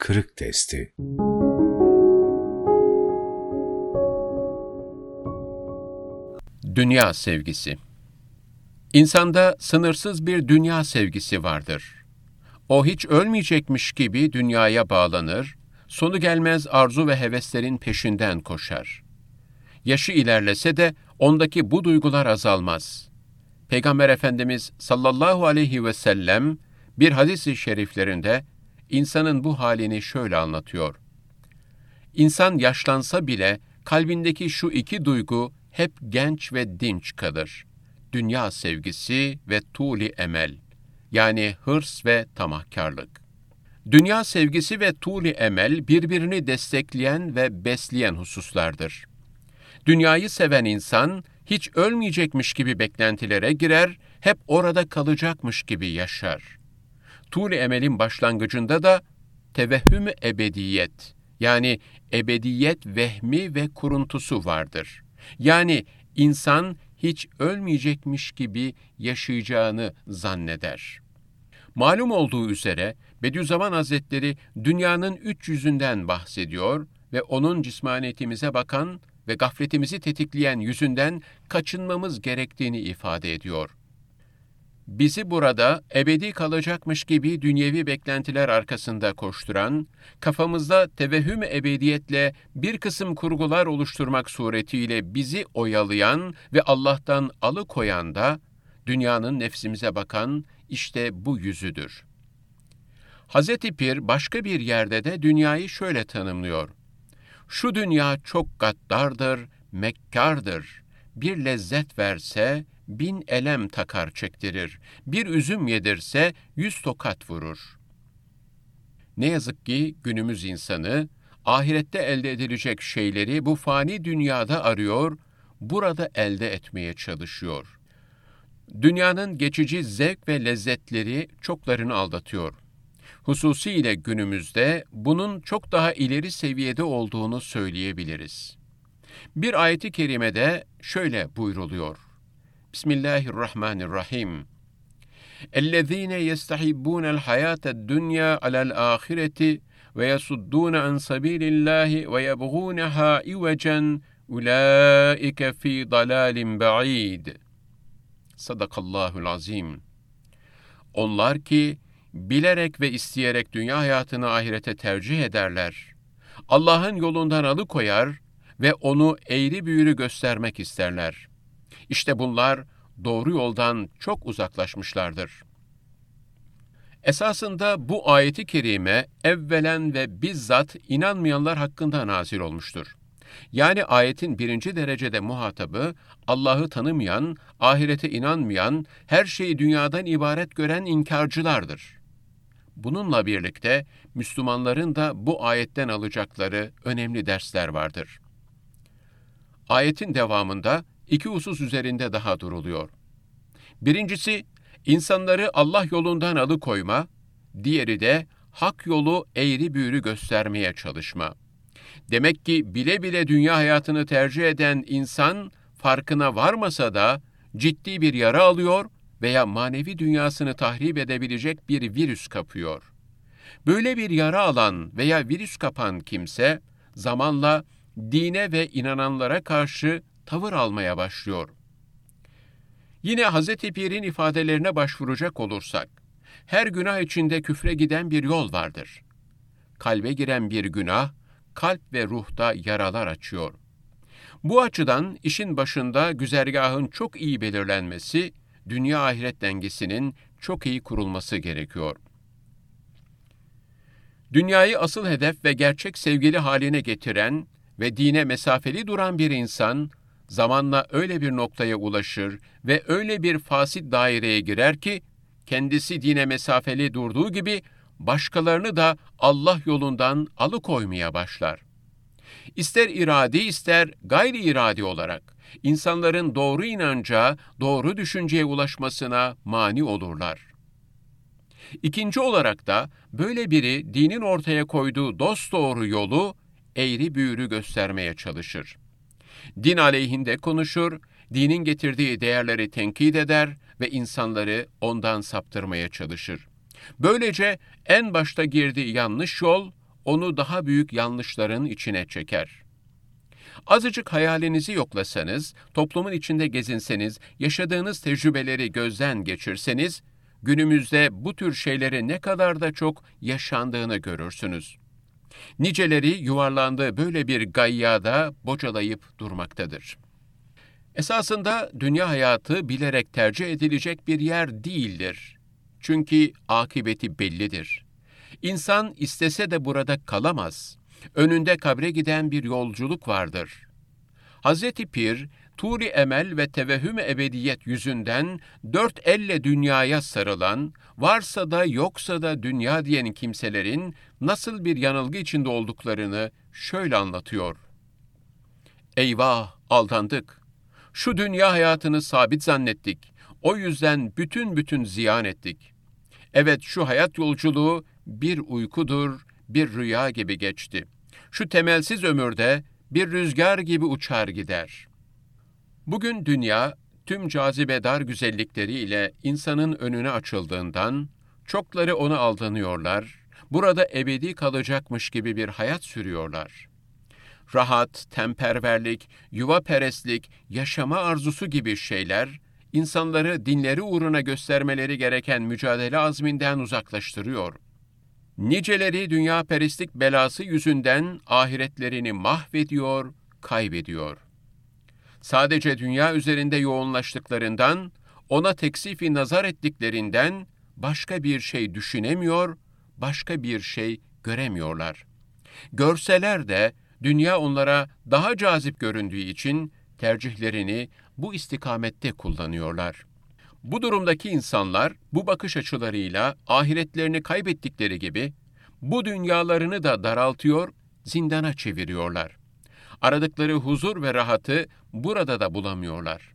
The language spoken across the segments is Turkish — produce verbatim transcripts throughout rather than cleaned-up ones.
kırık testi. Dünya sevgisi. İnsanda sınırsız bir dünya sevgisi vardır. O hiç ölmeyecekmiş gibi dünyaya bağlanır, sonu gelmez arzu ve heveslerin peşinden koşar. Yaşı ilerlese de ondaki bu duygular azalmaz. Peygamber Efendimiz sallallahu aleyhi ve sellem bir hadis-i şeriflerinde insanın bu halini şöyle anlatıyor. İnsan yaşlansa bile kalbindeki şu iki duygu hep genç ve dinç kalır. Dünya sevgisi ve tûl-i emel, yani hırs ve tamahkârlık. Dünya sevgisi ve tûl-i emel birbirini destekleyen ve besleyen hususlardır. Dünyayı seven insan hiç ölmeyecekmiş gibi beklentilere girer, hep orada kalacakmış gibi yaşar. Tûl-i emelin başlangıcında da tevehhüm-ü ebediyet, yani ebediyet vehmi ve kuruntusu vardır. Yani insan hiç ölmeyecekmiş gibi yaşayacağını zanneder. Malum olduğu üzere Bediüzzaman Hazretleri dünyanın üç yüzünden bahsediyor ve onun cismaniyetimize bakan ve gafletimizi tetikleyen yüzünden kaçınmamız gerektiğini ifade ediyor. Bizi burada ebedi kalacakmış gibi dünyevi beklentiler arkasında koşturan, kafamızda tevehhüm ebediyetle bir kısım kurgular oluşturmak suretiyle bizi oyalayan ve Allah'tan alıkoyan da dünyanın nefsimize bakan işte bu yüzüdür. Hazreti Pir başka bir yerde de dünyayı şöyle tanımlıyor. Şu dünya çok gaddardır, mekkardır. Bir lezzet verse bin elem takar çektirir. Bir üzüm yedirse yüz tokat vurur. Ne yazık ki günümüz insanı ahirette elde edilecek şeyleri bu fani dünyada arıyor, burada elde etmeye çalışıyor. Dünyanın geçici zevk ve lezzetleri çoklarını aldatıyor. Hususiyle günümüzde bunun çok daha ileri seviyede olduğunu söyleyebiliriz. Bir ayet-i kerimede şöyle buyruluyor. Bismillahirrahmanirrahim. اَلَّذ۪ينَ يَسْتَحِبُّونَ الْحَيَاةَ الدُّنْيَا عَلَى الْآخِرَةِ وَيَصُدُّونَ عَنْ سَب۪يلِ اللّٰهِ وَيَبْغُونَهَا اِوَجًا اُولَٰئِكَ ف۪ي ضَلَالٍ بَع۪يدٍ. Sadakallahul azim. Onlar ki bilerek ve isteyerek dünya hayatını ahirete tercih ederler, Allah'ın yolundan alıkoyar ve onu eğri büğrü göstermek isterler. İşte bunlar doğru yoldan çok uzaklaşmışlardır. Esasında bu ayeti kerime evvelen ve bizzat inanmayanlar hakkında nazil olmuştur. Yani ayetin birinci derecede muhatabı Allah'ı tanımayan, ahirete inanmayan, her şeyi dünyadan ibaret gören inkarcılardır. Bununla birlikte Müslümanların da bu ayetten alacakları önemli dersler vardır. Ayetin devamında iki husus üzerinde daha duruluyor. Birincisi, insanları Allah yolundan alıkoyma, diğeri de hak yolu eğri büğrü göstermeye çalışma. Demek ki bile bile dünya hayatını tercih eden insan farkına varmasa da ciddi bir yara alıyor veya manevi dünyasını tahrip edebilecek bir virüs kapıyor. Böyle bir yara alan veya virüs kapan kimse zamanla dine ve inananlara karşı tavır almaya başlıyor. Yine Hazreti Pir'in ifadelerine başvuracak olursak, her günah içinde küfre giden bir yol vardır. Kalbe giren bir günah, kalp ve ruhta yaralar açıyor. Bu açıdan işin başında güzergahın çok iyi belirlenmesi, dünya ahiret dengesinin çok iyi kurulması gerekiyor. Dünyayı asıl hedef ve gerçek sevgili haline getiren ve dine mesafeli duran bir insan, zamanla öyle bir noktaya ulaşır ve öyle bir fasit daireye girer ki, kendisi dine mesafeli durduğu gibi, başkalarını da Allah yolundan alıkoymaya başlar. İster iradi ister gayri iradi olarak insanların doğru inanca, doğru düşünceye ulaşmasına mani olurlar. İkinci olarak da böyle biri dinin ortaya koyduğu dosdoğru yolu eğri büğrü göstermeye çalışır. Din aleyhinde konuşur, dinin getirdiği değerleri tenkit eder ve insanları ondan saptırmaya çalışır. Böylece en başta girdiği yanlış yol, onu daha büyük yanlışların içine çeker. Azıcık hayalinizi yoklasanız, toplumun içinde gezinseniz, yaşadığınız tecrübeleri gözden geçirseniz, günümüzde bu tür şeyleri ne kadar da çok yaşandığını görürsünüz. Niceleri yuvarlandığı böyle bir gayyada bocalayıp durmaktadır. Esasında dünya hayatı bilerek tercih edilecek bir yer değildir. Çünkü akıbeti bellidir. İnsan istese de burada kalamaz. Önünde kabre giden bir yolculuk vardır. Hazreti Pir, Turi emel ve tevehhüm ebediyet yüzünden dört elle dünyaya sarılan, varsa da yoksa da dünya diyen kimselerin nasıl bir yanılgı içinde olduklarını şöyle anlatıyor. Eyvah, aldandık. Şu dünya hayatını sabit zannettik. O yüzden bütün bütün ziyan ettik. Evet, şu hayat yolculuğu bir uykudur, bir rüya gibi geçti. Şu temelsiz ömürde bir rüzgar gibi uçar gider. Bugün dünya, tüm cazibedar güzellikleriyle insanın önüne açıldığından, çokları ona aldanıyorlar, burada ebedi kalacakmış gibi bir hayat sürüyorlar. Rahat, temperverlik, yuvaperestlik, yaşama arzusu gibi şeyler, insanları dinleri uğruna göstermeleri gereken mücadele azminden uzaklaştırıyor. Niceleri dünyaperestlik belası yüzünden ahiretlerini mahvediyor, kaybediyor. Sadece dünya üzerinde yoğunlaştıklarından, ona teksifi nazar ettiklerinden başka bir şey düşünemiyor, başka bir şey göremiyorlar. Görseler de dünya onlara daha cazip göründüğü için tercihlerini bu istikamette kullanıyorlar. Bu durumdaki insanlar bu bakış açılarıyla ahiretlerini kaybettikleri gibi bu dünyalarını da daraltıyor, zindana çeviriyorlar. Aradıkları huzur ve rahatı burada da bulamıyorlar.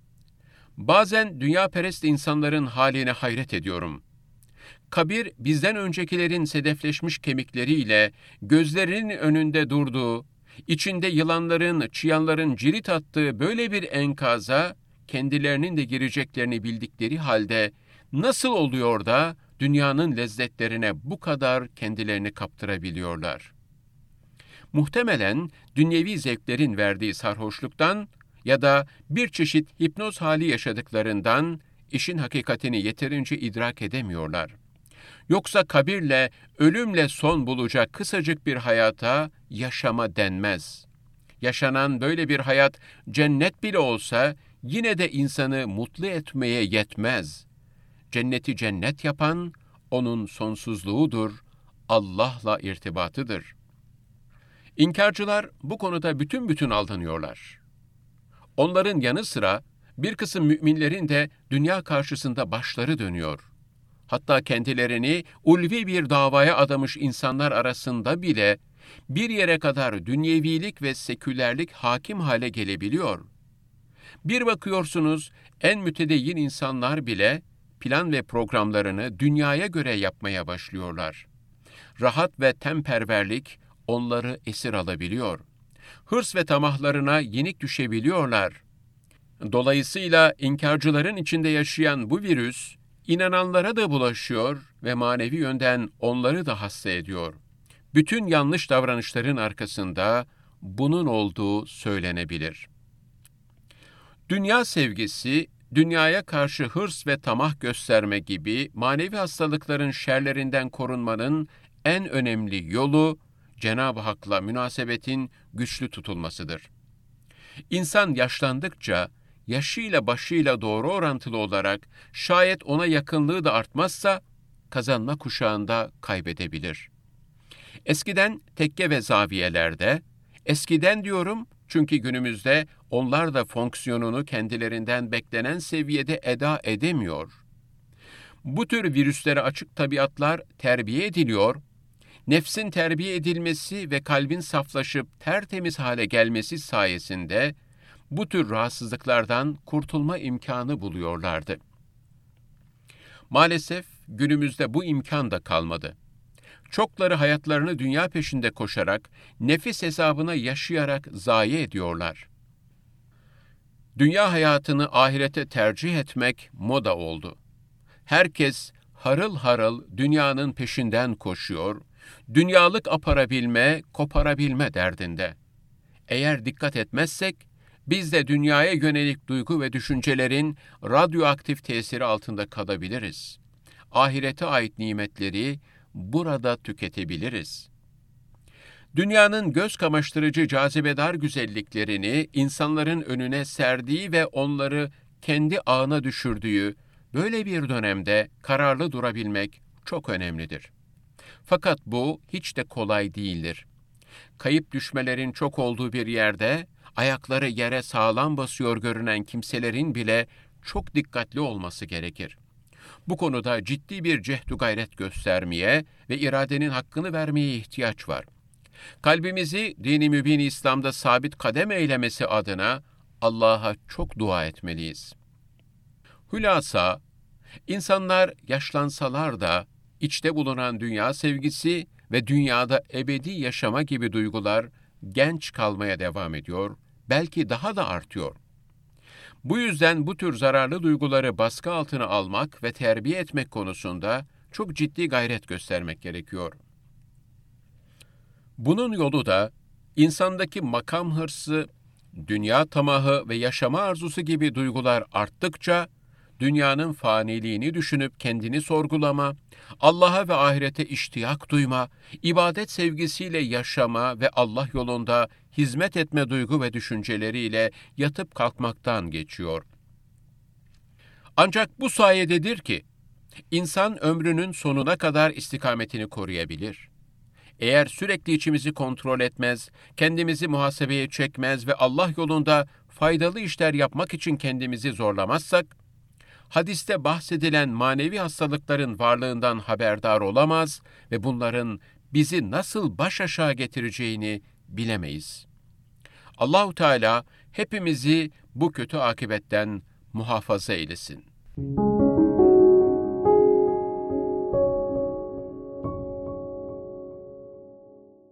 Bazen dünyaperest insanların haline hayret ediyorum. Kabir bizden öncekilerin sedefleşmiş kemikleriyle gözlerinin önünde durduğu, içinde yılanların, çıyanların cirit attığı böyle bir enkaza kendilerinin de gireceklerini bildikleri halde nasıl oluyor da dünyanın lezzetlerine bu kadar kendilerini kaptırabiliyorlar? Muhtemelen dünyevi zevklerin verdiği sarhoşluktan ya da bir çeşit hipnoz hali yaşadıklarından işin hakikatini yeterince idrak edemiyorlar. Yoksa kabirle, ölümle son bulacak kısacık bir hayata yaşama denmez. Yaşanan böyle bir hayat cennet bile olsa yine de insanı mutlu etmeye yetmez. Cenneti cennet yapan onun sonsuzluğudur, Allah'la irtibatıdır. İnkarcılar bu konuda bütün bütün aldanıyorlar. Onların yanı sıra bir kısım müminlerin de dünya karşısında başları dönüyor. Hatta kendilerini ulvi bir davaya adamış insanlar arasında bile bir yere kadar dünyevilik ve sekülerlik hakim hale gelebiliyor. Bir bakıyorsunuz en mütedeyyin insanlar bile plan ve programlarını dünyaya göre yapmaya başlıyorlar. Rahat ve temperverlik onları esir alabiliyor. Hırs ve tamahlarına yenik düşebiliyorlar. Dolayısıyla inkarcıların içinde yaşayan bu virüs, inananlara da bulaşıyor ve manevi yönden onları da hasta ediyor. Bütün yanlış davranışların arkasında bunun olduğu söylenebilir. Dünya sevgisi, dünyaya karşı hırs ve tamah gösterme gibi manevi hastalıkların şerlerinden korunmanın en önemli yolu, Cenab-ı Hak'la münasebetin güçlü tutulmasıdır. İnsan yaşlandıkça, yaşıyla başıyla doğru orantılı olarak şayet ona yakınlığı da artmazsa, kazanma kuşağında kaybedebilir. Eskiden tekke ve zaviyelerde, eskiden diyorum çünkü günümüzde onlar da fonksiyonunu kendilerinden beklenen seviyede eda edemiyor. Bu tür virüslere açık tabiatlar terbiye ediliyor, nefsin terbiye edilmesi ve kalbin saflaşıp tertemiz hale gelmesi sayesinde bu tür rahatsızlıklardan kurtulma imkanı buluyorlardı. Maalesef günümüzde bu imkan da kalmadı. Çokları hayatlarını dünya peşinde koşarak, nefis hesabına yaşayarak zayi ediyorlar. Dünya hayatını ahirete tercih etmek moda oldu. Herkes harıl harıl dünyanın peşinden koşuyor, Dünyalık aparabilme, koparabilme derdinde. Eğer dikkat etmezsek, biz de dünyaya yönelik duygu ve düşüncelerin radyoaktif tesiri altında kalabiliriz. Ahirete ait nimetleri burada tüketebiliriz. Dünyanın göz kamaştırıcı cazibedar güzelliklerini insanların önüne serdiği ve onları kendi ağına düşürdüğü böyle bir dönemde kararlı durabilmek çok önemlidir. Fakat bu hiç de kolay değildir. Kayıp düşmelerin çok olduğu bir yerde ayakları yere sağlam basıyor görünen kimselerin bile çok dikkatli olması gerekir. Bu konuda ciddi bir cehdü gayret göstermeye ve iradenin hakkını vermeye ihtiyaç var. Kalbimizi dini mübin İslam'da sabit kadem eylemesi adına Allah'a çok dua etmeliyiz. Hülasa, insanlar yaşlansalar da içte bulunan dünya sevgisi ve dünyada ebedi yaşama gibi duygular genç kalmaya devam ediyor, belki daha da artıyor. Bu yüzden bu tür zararlı duyguları baskı altına almak ve terbiye etmek konusunda çok ciddi gayret göstermek gerekiyor. Bunun yolu da insandaki makam hırsı, dünya tamahı ve yaşama arzusu gibi duygular arttıkça dünyanın faniliğini düşünüp kendini sorgulama, Allah'a ve ahirete iştiyak duyma, ibadet sevgisiyle yaşama ve Allah yolunda hizmet etme duygu ve düşünceleriyle yatıp kalkmaktan geçiyor. Ancak bu sayededir ki, insan ömrünün sonuna kadar istikametini koruyabilir. Eğer sürekli içimizi kontrol etmez, kendimizi muhasebeye çekmez ve Allah yolunda faydalı işler yapmak için kendimizi zorlamazsak, hadiste bahsedilen manevi hastalıkların varlığından haberdar olamaz ve bunların bizi nasıl baş aşağı getireceğini bilemeyiz. Allahu Teala hepimizi bu kötü akibetten muhafaza eylesin.